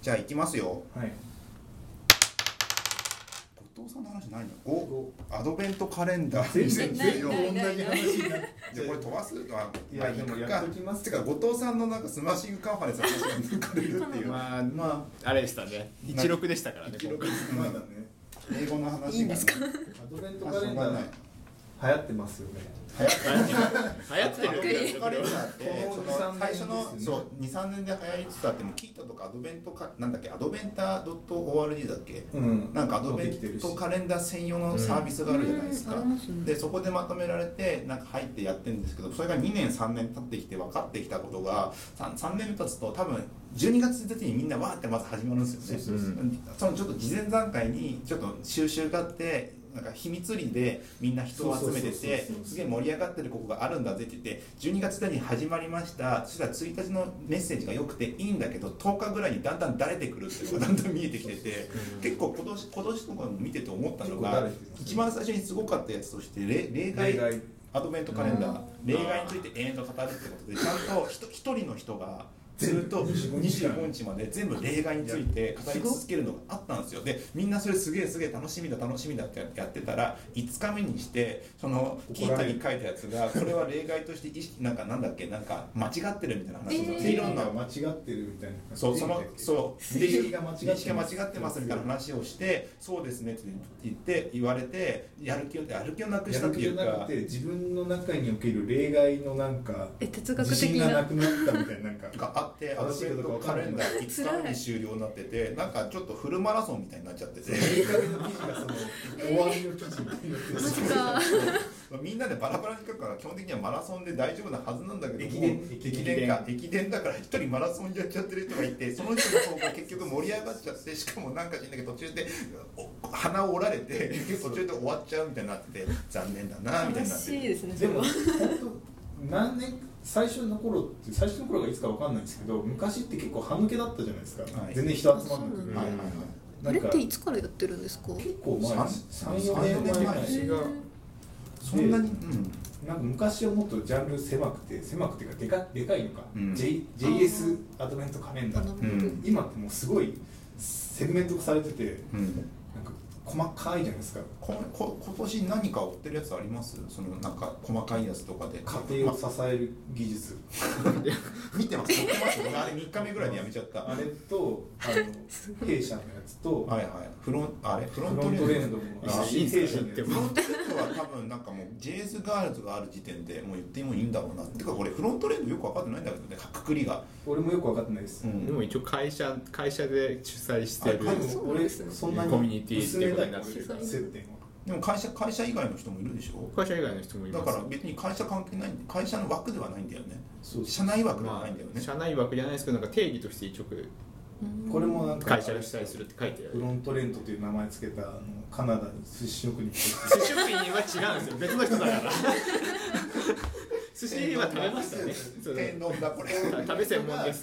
じゃあ行きますよ。 はい。 後藤さんの話ないの？アドベントカレンダー。 全然同じ話になって。 じゃあこれ飛ばす？ いやでもやっときます。 てか後藤さんのなんかスマッシングカンファレンスの話が抜かれるっていう。 まああれでしたね。16でしたからね。 16まだね。 英語の話が、ね。 いいんですか？ アドベントカレンダー流行ってますよね。 流行ってる。 カレンダーって最初のそう2、3年で流行りつつあってもキートとかアドベントかなんだっけアドベンター .org だっけ、なんかアドベントカレンダー専用のサービスがあるじゃないですか。でそこでまとめられてなんか入ってやってるんですけど、それが2年3年経ってきて分かってきたことが 3年経つと多分12月1日にみんなわーってまず始まるんですよね。そのちょっと事前段階にちょっと収集があって。なんか秘密裏でみんな人を集めててすげえ盛り上がってるここがあるんだぜって言って12月に始まりました。そしたら1日のメッセージが良くていいんだけど10日ぐらいにだんだんだれてくるっていうのがだんだん見えてきてて結構今年とかも見てて思ったのが一番最初にすごかったやつとして例外アドベントカレンダー例外について延々と語るってことでちゃんと一人の人がずっと25日まで全部例外について語り続けるのがあったんですよ。でみんなそれすげえ楽しみだってやってたら5日目にしてそのキートに書いたやつがこれは例外として意識なんかなんだっけなんか間違ってるみたいな話でいろんな間違ってるみたいなそう認識が間違ってますみたいな話をしてそうですねって言われてやる気をなくしたっていうか自分の中における例外のなんか哲学的な自信がなくなったみたいななんかアドベントカレンダー5日目に終了になっててなんかちょっとフルマラソンみたいになっちゃってて正解の記事がその終わりの記事みたいになってるマジかみんなでバラバラに書くから基本的にはマラソンで大丈夫なはずなんだけど駅伝だから一人マラソンやっちゃってる人がいてその人の方が結局盛り上がっちゃってしかもなんか知んだけど途中で鼻を折られて途中で終わっちゃうみたいになってて残念だなみたいになってでも本当何年最初の頃がいつかわかんないんですけど昔って結構歯抜けだったじゃないですか、全然人集まってあれっていつからやってるんですか？ 結構前3、4年前がそんなになんか昔はもっとジャンル狭くていうかでかいのか、JS アドベントカレンダー、今ってもうすごいセグメント化されてて、なんか細かいじゃないですか。 今年何か売ってるやつあります？そのなんか細かいやつとかで家庭を支える技術見てます俺あれ3日目ぐらいでやめちゃったあれと弊社のやつとフロントレンドも弊社のやつフロントレンドは多分なんかもう JS ガールズがある時点でもう言ってもいいんだろうなってか俺フロントレンドよく分かってないんだけどねくくりが俺もよく分かってないです、 でも一応会社で主催してる俺そんなにコミュニティっていうことになってる接点はでも会社以外の人もいるでしょ。 会社以外の人もいます。 だから別に会社関係ないんで会社の枠ではないんだよね。社内枠ではないんだよね。 社内枠じゃないですけどなんか定義として一応これもなんか会社が主催するって書いてある。 フロントレントという名前つけたカナダに寿司職人寿司職人は違うんですよ別の人だから寿司は食べましたね。 天丼だこれ食べ専門です。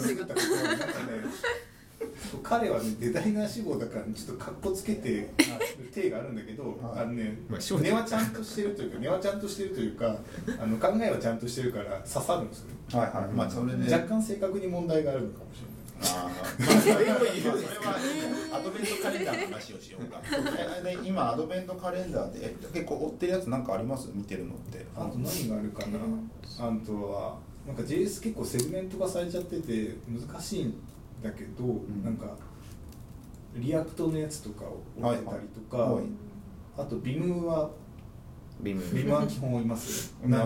彼はねデザイナー志望だからちょっとカッコつけてる体があるんだけど、根はちゃんとしてるというか考えはちゃんとしてるから刺さるんですよね。 それで若干正確に問題があるのかもしれない。 それはアドベントカレンダーの話をしようか今アドベントカレンダーで結構追ってるやつなんかあります？見てるのってあと何があるかな。あとはなんか JS 結構セグメント化されちゃってて難しいんだけど、なんかリアクトのやつとかを追ってたりとか、あとビムは基本追いますね。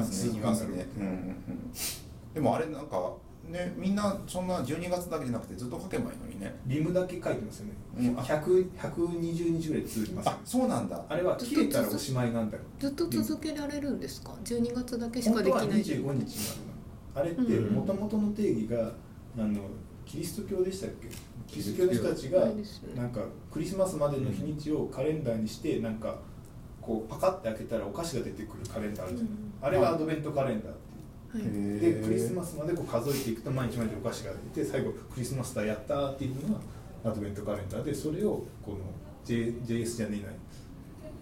でもあれなんかね、みんなそんな12月だけじゃなくてずっと書けばいいのにね。 ビムだけ書いてますよね。120日ぐらい続きますよね。 そうなんだ。 あれは切れたらおしまいなんだよ。 ずっと続けられるんですか？12月だけしかできない。 本当は25日になるの。あれって元々の定義がキリスト教でしたっけ？キリスト教の人たちがなんかクリスマスまでの日にちをカレンダーにしてなんかこうパカッて開けたらお菓子が出てくるカレンダーあるじゃない。あれがアドベントカレンダーっていう。でクリスマスまでこう数えていくと毎日お菓子が出て最後クリスマスだやったっていうのがアドベントカレンダーでそれをこの JS じゃねえな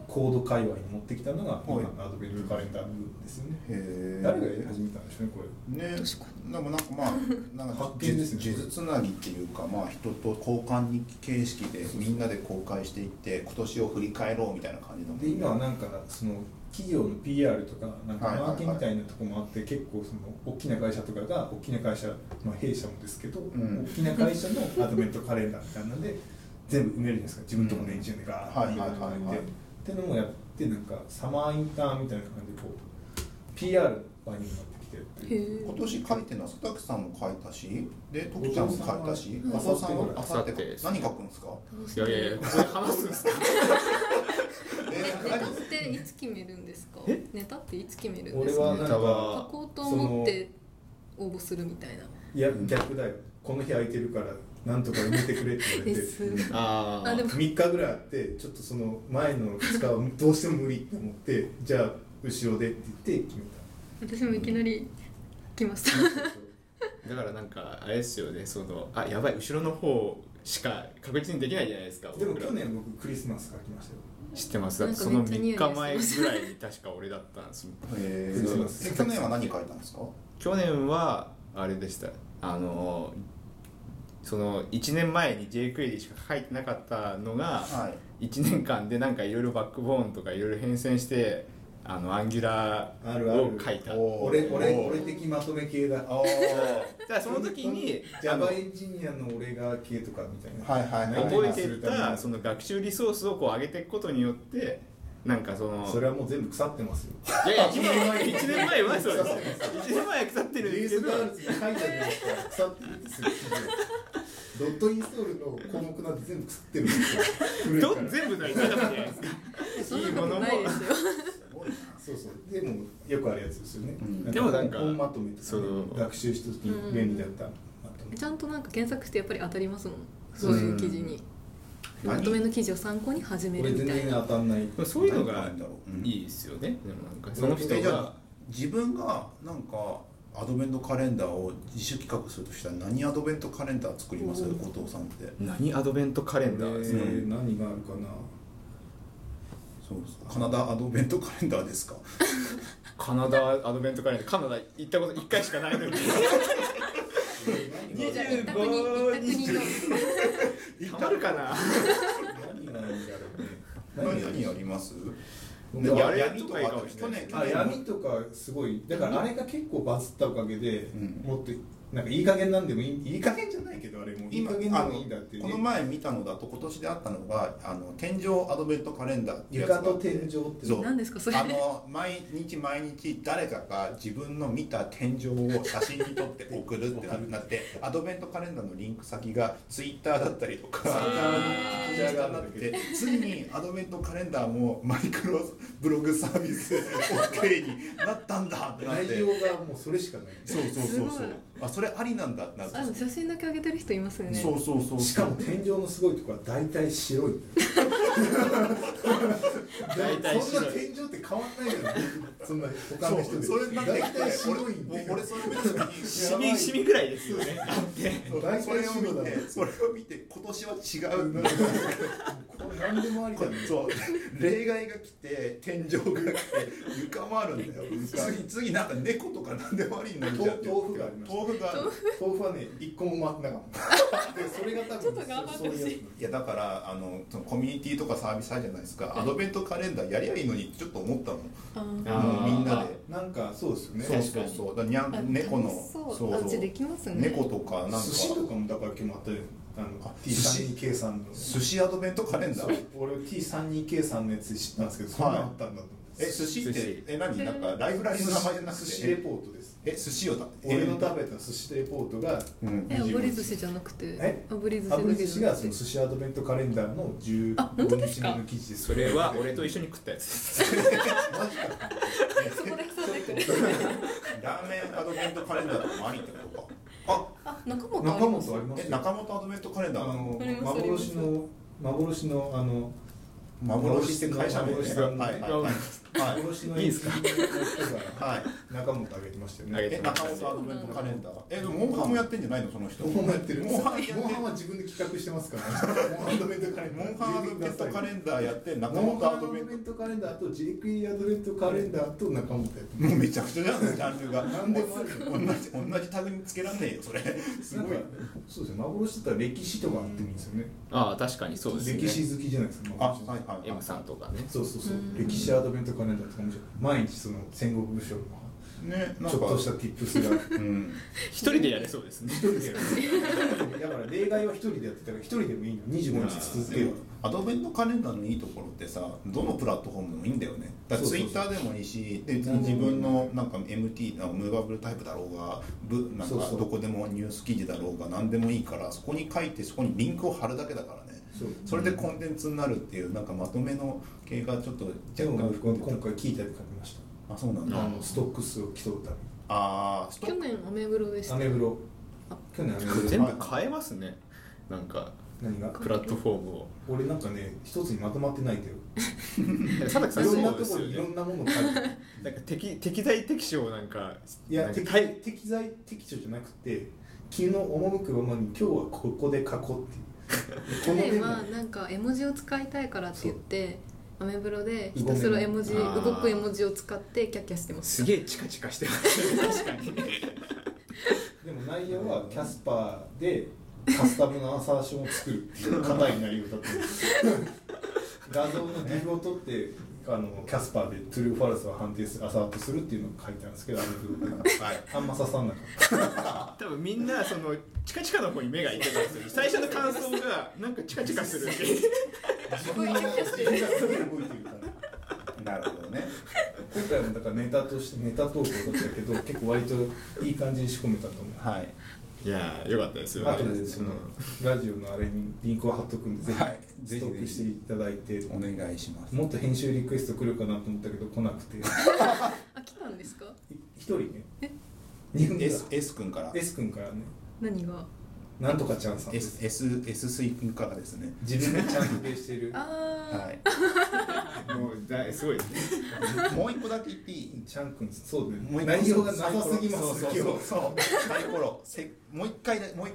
コード界隈に持ってきたのが今のアドベントカレンダーですよね。誰がやり始めたんでしょうねこれ。 ね、でもなんかまあなんか発見ですね。 数珠つなぎっていうか、まあ人と交換日記形式でみんなで公開していって今年を振り返ろうみたいな感じの。 で今はなんかその企業の PR とかなんかマーケみたいなところもあって、結構その大きな会社とかが大きな会社、まあ弊社もですけど、大きな会社のアドベントカレンダーみたいなので全部埋めるじゃないですか。自分とこのエンジニアでガーッと埋めてっていうのもやって、なんかサマーインターンみたいな感じでこう PR 場になってきてるっていう。 今年書いてるのは佐竹さんも書いたし、で徳ちゃんも書いたし、浅尾さんはあさって何書くんですか？ いやいやいや、ここで話すんですか？ ネタっていつ決めるんですか？ネタっていつ決めるんですか？ 俺はなんか書こうと思って応募するみたいな。 いや逆だよ。この日空いてるからなんとか埋めてくれって言われて3日ぐらいあって、ちょっとその前の2日はどうしても無理って思って、じゃあ後ろでって言って決めた。 私もいきなり来ましただからなんかあれですよね、そのやばい後ろの方しか確実にできないじゃないですか。 でも去年僕クリスマス書きましたよ。 知ってます。だってその3日前ぐらいに確か俺だったんです。 去年は何書いたんですか？ 去年はあれでした。その1年前に jQuery しか書いてなかったのが、1年間でなんかいろいろバックボーンとかいろいろ変遷してアンギュラーを書いた。 俺的まとめ系だ。 じゃあその時に Java エンジニアの俺が系とかみたいな覚えていったその学習リソースをこう上げていくことによってなんかそれはもう全部腐ってますよ。 いやいや1年前はそうです。1年前は腐ってるんですけど、 レースガールズに書いてあるんですから腐ってるんですよ。ドットインストールの項目なんて全部腐ってるんですよ。 全部ないじゃないですか。 そんなことないですよ。 そうそう。でもよくあるやつですよね。 でもなんか本まとめとか学習した時に便利だったまとめ。 ちゃんとなんか検索してやっぱり当たりますもん。そういう記事に。まとめの記事を参考に始めるみたいな。 全然当たんない。 そういうのがいいですよね。でもなんかその人が自分がなんかアドベントカレンダーを自主企画するとしたら何アドベントカレンダー作ります？後藤さんって。 何アドベントカレンダーですか？ 何があるかな。 そうですか。カナダアドベントカレンダーですか？ カナダアドベントカレンダー、カナダ行ったこと1回しかないのに。 じゃあ一択にのハマるかな。 何なんだろうね。何あります？ 闇とか去年闇とかすごい。だからあれが結構バズったおかげで、もっとなんかいい加減なんでもいい加減じゃないけど、あれもいい加減でもいいんだっていう、 この前見たのだと今年であったのが天井アドベントカレンダーっていうやつが床と天井って何ですかそれ？ 毎日誰かが自分の見た天井を写真に撮って送るってなってアドベントカレンダーのリンク先がツイッターだったりとかインスタになってついにアドベントカレンダーもマイクロブログサービス OK になったんだってなって、 内容がもうそれしかない。 そうそれありなんだってなって、 写真だけ上げてる人いますよね。 そうしかも天井のすごいところは大体白い。大体そんな天井って変わんないじゃない。そんな他の人でそれなん大体白いんで、 俺それ見てシミぐらいですよね。 それを見て今年は違う。 何でもありだね。 そう例外が来て天井が来て床もあるんだよ。次なんか猫とか何でもありになっちゃう。 豆腐がありました。豆腐はね一個も回ってなかった。でそれが多分ちょっと頑張ってほしい。 いやだからそのコミュニティとかサービスあるじゃないですか。アドベントカレンダーやりゃいいのにちょっと思ったの。みんなでなんかそうですよね。 そう猫のそうできますね。 猫とかなんか寿司とかもだから決まったよ。T32K さんの寿司アドベントカレンダー。 俺 T32K さんのやつ知ったんですけど、そんなあったんだと思って。 寿司って何なんかライブラリの名前じゃなくて寿司レポートです。 寿司をだ。 俺の食べた寿司レポートが炙り寿司じゃなくて炙り寿司だけ炙り寿司がその寿司アドベントカレンダーの15日目の記事です。 それは俺と一緒に食ったやつです。 マジか。 そこで挟んでくる。 ラーメンアドベントカレンダーとかもありってことか。 中本あります。 中本アドベントカレンダー幻の幻って会社名です。 幻の AD の人が中本あげてましたよね。 中本アドベントカレンダー。でもモンハンもやってんじゃないのその人。 モンハンやってる。モンハンは自分で企画してますから。モンハンアドベントカレンダー。 モンハンアドベントカレンダーやって中本アドベントカレンダーと JQuery アドベントカレンダーと中本やって。 もうめちゃくちゃじゃんジャンルが。 何でもある。 同じタグにつけらんねえよそれ。すごい。 そうですね。幻だったら歴史とかあってもいいんですよね。 ああ確かにそうですね。 歴史好きじゃないですか。 はいはい。 M さんとかね。 そう歴史アドベントカレンダーとか面白い。毎日その戦国武将のね、 ちょっとしたティップスが一人でやれそうですね。 一人でやる。だから例外は一人でやってたから一人でもいいの。25日続ける。 アドベントカレンダーのいいところってさ、どのプラットフォームでもいいんだよね。だからツイッターでもいいし、で自分のなんか MT ムーバブルタイプだろうが、なんかどこでもニュース記事だろうが何でもいいから、そこに書いてそこにリンクを貼るだけだからね。それでコンテンツになるっていうなんかまとめの系がちょっと若干今回聞いたり書きました。 あ、そうなんだ。 ストック数を競うために。 去年アメブロでした。 アメブロ。去年アメブロ。 全部変えますね。なんか何がプラットフォームを。 俺なんかね一つにまとまってないけど。 佐々木さんいろんなところにいろんなものを書いてる。 なんか適材適所なんかいや適材適所じゃなくて気の赴くままに今日はここで書こうっていう。 去年はなんか絵文字を使いたいからって言ってアメブロでひたすら絵文字動く絵文字を使ってキャッキャしてます。 すげえチカチカしてます確かに。 でも内容はキャスパーでカスタムのアサーションを作るっていう硬い内容だったんです画像のディフを取ってキャスパーでトゥルーファルスを判定するアサートするっていうのが書いてあるんですけど、あんま刺さんなかった多分みんなそのチカチカの方に目がいってたんですよ。最初の感想がなんかチカチカするって自分が動いてるからなるほどね。 今回もだからネタとしてネタ投稿だったけど結構割といい感じに仕込めたと思う。 はい。 いやーよかったですよ。 あとでそのラジオのあれにリンクを貼っとくんで、ぜひストックしていただいてお願いします。 もっと編集リクエスト来るかなと思ったけど来なくてあ、来たんですか？ 一人ね。 S 君から。 S 君からね。 何が？ なんとかちゃんさんです。 S 水君からですね。 自分でちゃんと提してる。 はい。 もうすごいですね。 もう一個だけ言っていい？ ちゃんくんそうで内容がなさすぎます。 そうサイコロもう一回